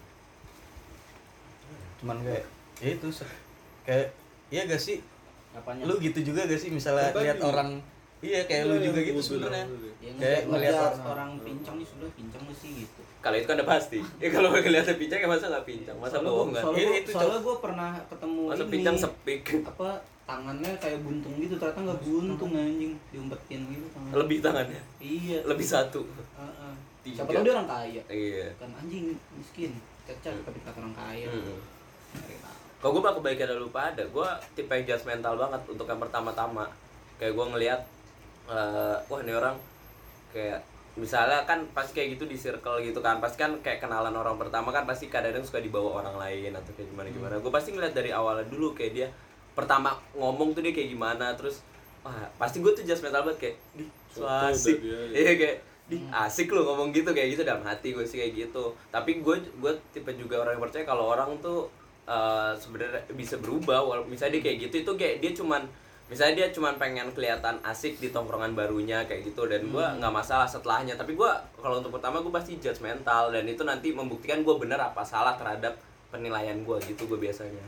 Cuman kayak ya itu kayak iya gak sih Apanya? lu gitu juga gak sih misalnya Tadi. lihat orang iya kayak lu juga gitu sebenarnya Ya, kayak ngelihat orang pincang nih sudah pincang gak sih gitu. Kalau itu kan udah pasti. Ya kalau ngeliatnya pincang ya masa nggak pincang? Masa bohong kan? Soalnya gue pernah ketemu Masa ini pincang sepik. apa tangannya kayak buntung gitu, ternyata nggak buntung anjing, diumpetin gitu tangannya. Lebih tangannya. Iya. Lebih satu. Heeh. Tiga. Siapa tahu dia orang kaya. Iya. Kan anjing miskin, cacat tapi kata orang kaya. Nyari tahu. Kalau gue mah kebaikan lu pada, gue tipe yang judgmental banget untuk yang pertama-tama. Kayak gue ngelihat, wah ini orang kayak misalnya kan pasti kayak gitu di circle gitu kan, pasti kan kayak kenalan orang pertama kan pasti kadang-kadang suka dibawa orang lain atau kayak gimana-gimana. Gue pasti ngeliat dari awalnya dulu kayak dia pertama ngomong tuh dia kayak gimana, terus wah pasti gue tuh judgmental banget kayak, di so asik, iya kayak di asik lu ngomong gitu kayak gitu dalam hati gue sih kayak gitu. Tapi gue tipe juga orang yang percaya kalau orang tuh sebenarnya bisa berubah, walaupun misalnya dia kayak gitu itu kayak dia cuman Misalnya dia cuma pengen kelihatan asik di tongkrongan barunya kayak gitu, dan gue nggak masalah setelahnya. Tapi gue kalau untuk pertama gue pasti judgmental, dan itu nanti membuktikan gue bener apa salah terhadap penilaian gue gitu gue biasanya.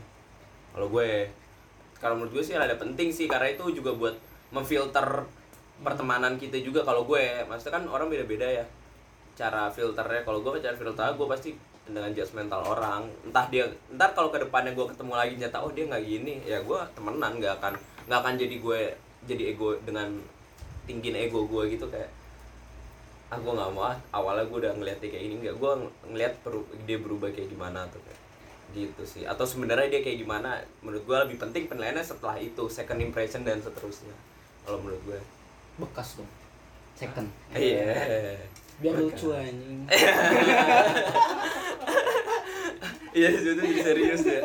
Kalau menurut gue sih ada penting sih, karena itu juga buat memfilter pertemanan kita juga. Kalau gue, maksudnya kan orang beda-beda ya cara filternya. Kalau gue cara filter gue pasti dengan judgmental orang. Ntar kalau kedepannya gue ketemu lagi nyata oh dia nggak gini, ya gue temenan, nggak akan jadi ego dengan tinggiin ego gue gitu, kayak gue nggak mau awalnya gue udah ngeliat dia kayak gini, nggak, gue ngeliat dia berubah kayak gimana tuh kayak gitu sih. Atau sebenarnya dia kayak gimana, menurut gue lebih penting penilaiannya setelah itu, second impression dan seterusnya kalau menurut gue. Bekas dong. Second. Iya. Biar lucu anjing. Iya itu jadi serius ya.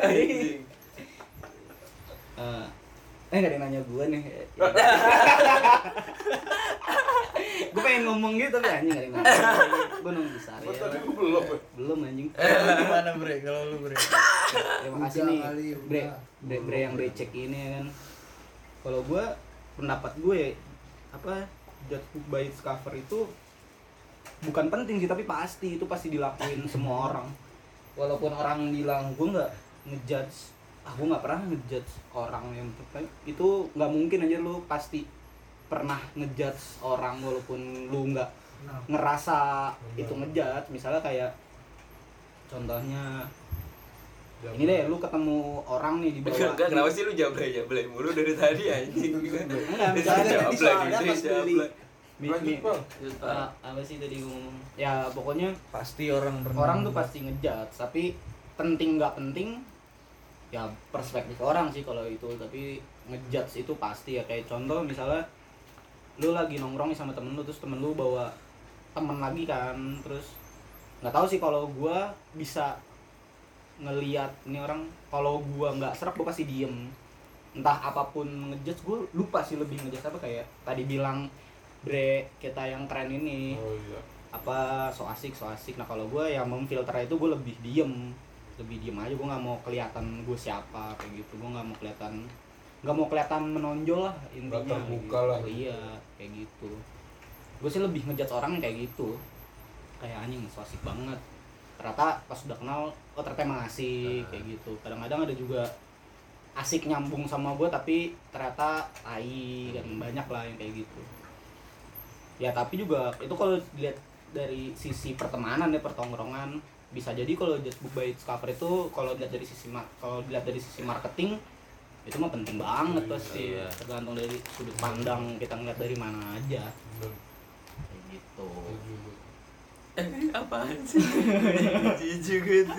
Gak ada yang nanya gue nih. Gue pengen ngomong gitu tapi anjing gak ada yang nanya. Gue nunggu besar ya. Belum anjing. Gimana Bre kalau lu Bre? Terima kasih nih Bre yang becek ini ya kan. Kalau gue, pendapat gue judge book by its cover itu bukan penting sih, tapi pasti dilakuin semua orang. Walaupun orang bilang gue nggak ngejudge, gue nggak pernah ngejudge orang yang itu, nggak mungkin aja lu pasti pernah ngejudge orang walaupun lu nggak ngerasa itu ngejudge. Misalnya kayak contohnya ini deh, lu ketemu orang nih di bawah. Enggak, kenapa sih lu jablay mulu dari tadi anjing? Enggak, misalnya jablay soalnya gitu, pas beli Lanjut, Bang. apa sih tadi gue ngomong? Ya pokoknya Pasti orang tuh pasti ngejudge, tapi penting nggak penting ya perspektif orang sih kalau itu. Tapi ngejudge itu pasti ya, kayak contoh misalnya lu lagi nongkrong sama temen lu, terus temen lu bawa temen lagi kan, terus nggak tahu sih, kalau gua bisa ngelihat ini orang, kalau gua nggak serak gua pasti diem. Entah apapun ngejudge, gua lupa sih lebih ngejudge apa, kayak tadi bilang Bre kita yang keren ini. Oh iya. Apa so asik. Nah kalau gue yang memfilter itu gue lebih diem aja. Gue nggak mau kelihatan gue siapa kayak gitu. Gue nggak mau kelihatan menonjol lah intinya. Nggak terbuka gitu. lah. Iya kayak gitu. Gue sih lebih ngejudge orang kayak gitu. Kayak anjing so asik banget. Ternyata pas udah kenal, oh ternyata emang asik kayak gitu. Kadang-kadang ada juga asik nyambung sama gue tapi ternyata tai kan, banyak lah yang kayak gitu. Ya tapi juga itu kalau dilihat dari sisi pertemanan ya, pertongkrongan, bisa jadi kalau judge book by its cover itu kalau dilihat dari sisi marketing itu mah penting banget pasti. Iya. Tergantung dari sudut pandang kita ngeliat dari mana aja. Kayak gitu. Apaan sih? Jijik gitu.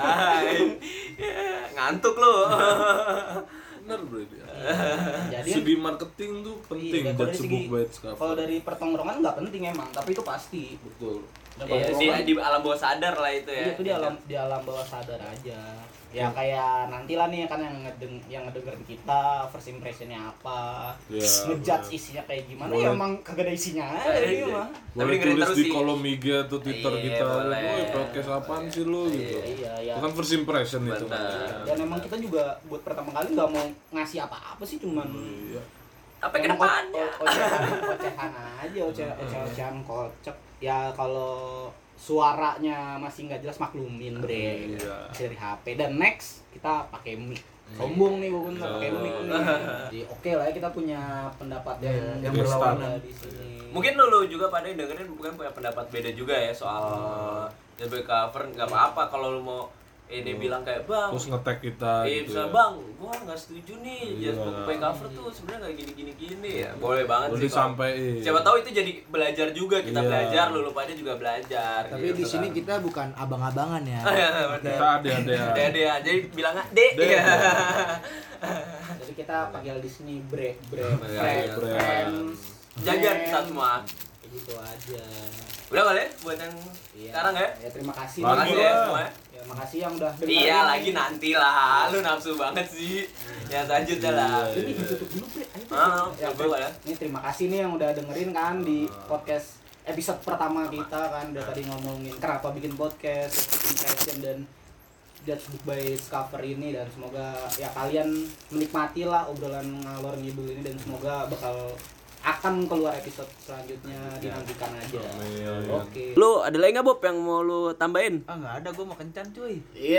Ngantuk lu. Bener bro dia. Jadi Segi marketing tuh penting, iya, kalau dari judge segi- book by its cover. kalau dari pertongkrongan nggak penting emang, tapi itu pasti. Betul. Dan Iya, pertongkrongan- di alam bawah sadar lah itu ya. Iya, itu di alam bawah sadar aja. Ya kayak nantilah nih kan yang ngedengerin kita first impressionnya apa, Ya, ngejudge bener. isinya kayak gimana. Boleh. Ya emang kagak ada isinya aja ini mah. Tapi Boleh dengerin tulis terus di sih. kolom IG atau Twitter Iya, kita. boleh. Woi, podcast apaan sih lu gitu. Iya, iya. Itu kan first impression itu kan. Benar. Dan emang kita juga buat pertama kali nggak mau ngasih apa-apa sih, cuman Iya. Apa ke emang depannya? ocehan aja, ocehan kocak. Ya kalau suaranya masih nggak jelas maklumin bre, Iya. masih dari HP. Dan next kita pakai mic. Sombong nih gue nggak pakai mic nih. Jadi oke lah ya, kita punya pendapat yang Yang berlawanan di sini. Mungkin lu juga pada yang dengerin bukan punya pendapat beda juga ya soal judge cover. Nggak apa-apa kalau lu mau ini bilang kayak bang, Terus nge-tag kita gitu bisa ya. bang, gua nggak setuju nih Iya. judge book cover tuh sebenarnya kayak gini ya. Boleh banget Boleh sih kalau- disampein. Siapa tahu itu jadi belajar juga, kita Iya. belajar, lu pada juga belajar. Tapi gitu di sini kan. kita bukan abang-abangan ya. Kita ada. Dea, jadi bilangnya dek. Dek. Iya. Jadi kita panggil di sini bre, Bre. friends. Jajan friends. kita semua. Kayak gitu aja. Udah kali ya buat yang Iya. sekarang ya. Ya terima kasih. Lagi Makasih nih. ya lah. semua ya. Ya, makasih yang udah dengerin. Iya lagi nanti lah, lu nafsu banget sih. Ya selanjutnya lah. Ini ditutup dulu, Bre. Ayo, Bre. Ah, Ya, coba Bre. ya. Ini terima kasih nih yang udah dengerin kan di podcast episode pertama kita kan, udah tadi ngomongin kenapa bikin podcast, impression, dan Judge Book by Cover ini, dan semoga ya kalian menikmati lah obrolan ngalor ngidul ini, dan semoga akan keluar episode selanjutnya, dinantikan aja. Oke. Lu ada lagi nggak Bob yang mau lu tambahin? Nggak ada, gue mau kencan cuy.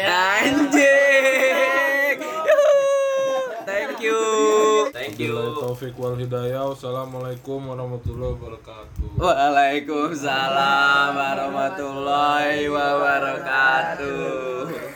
Anjing. Thank you. Taufik wal hidayah. Wassalamualaikum warahmatullahi wabarakatuh. Waalaikumsalam warahmatullahi wabarakatuh.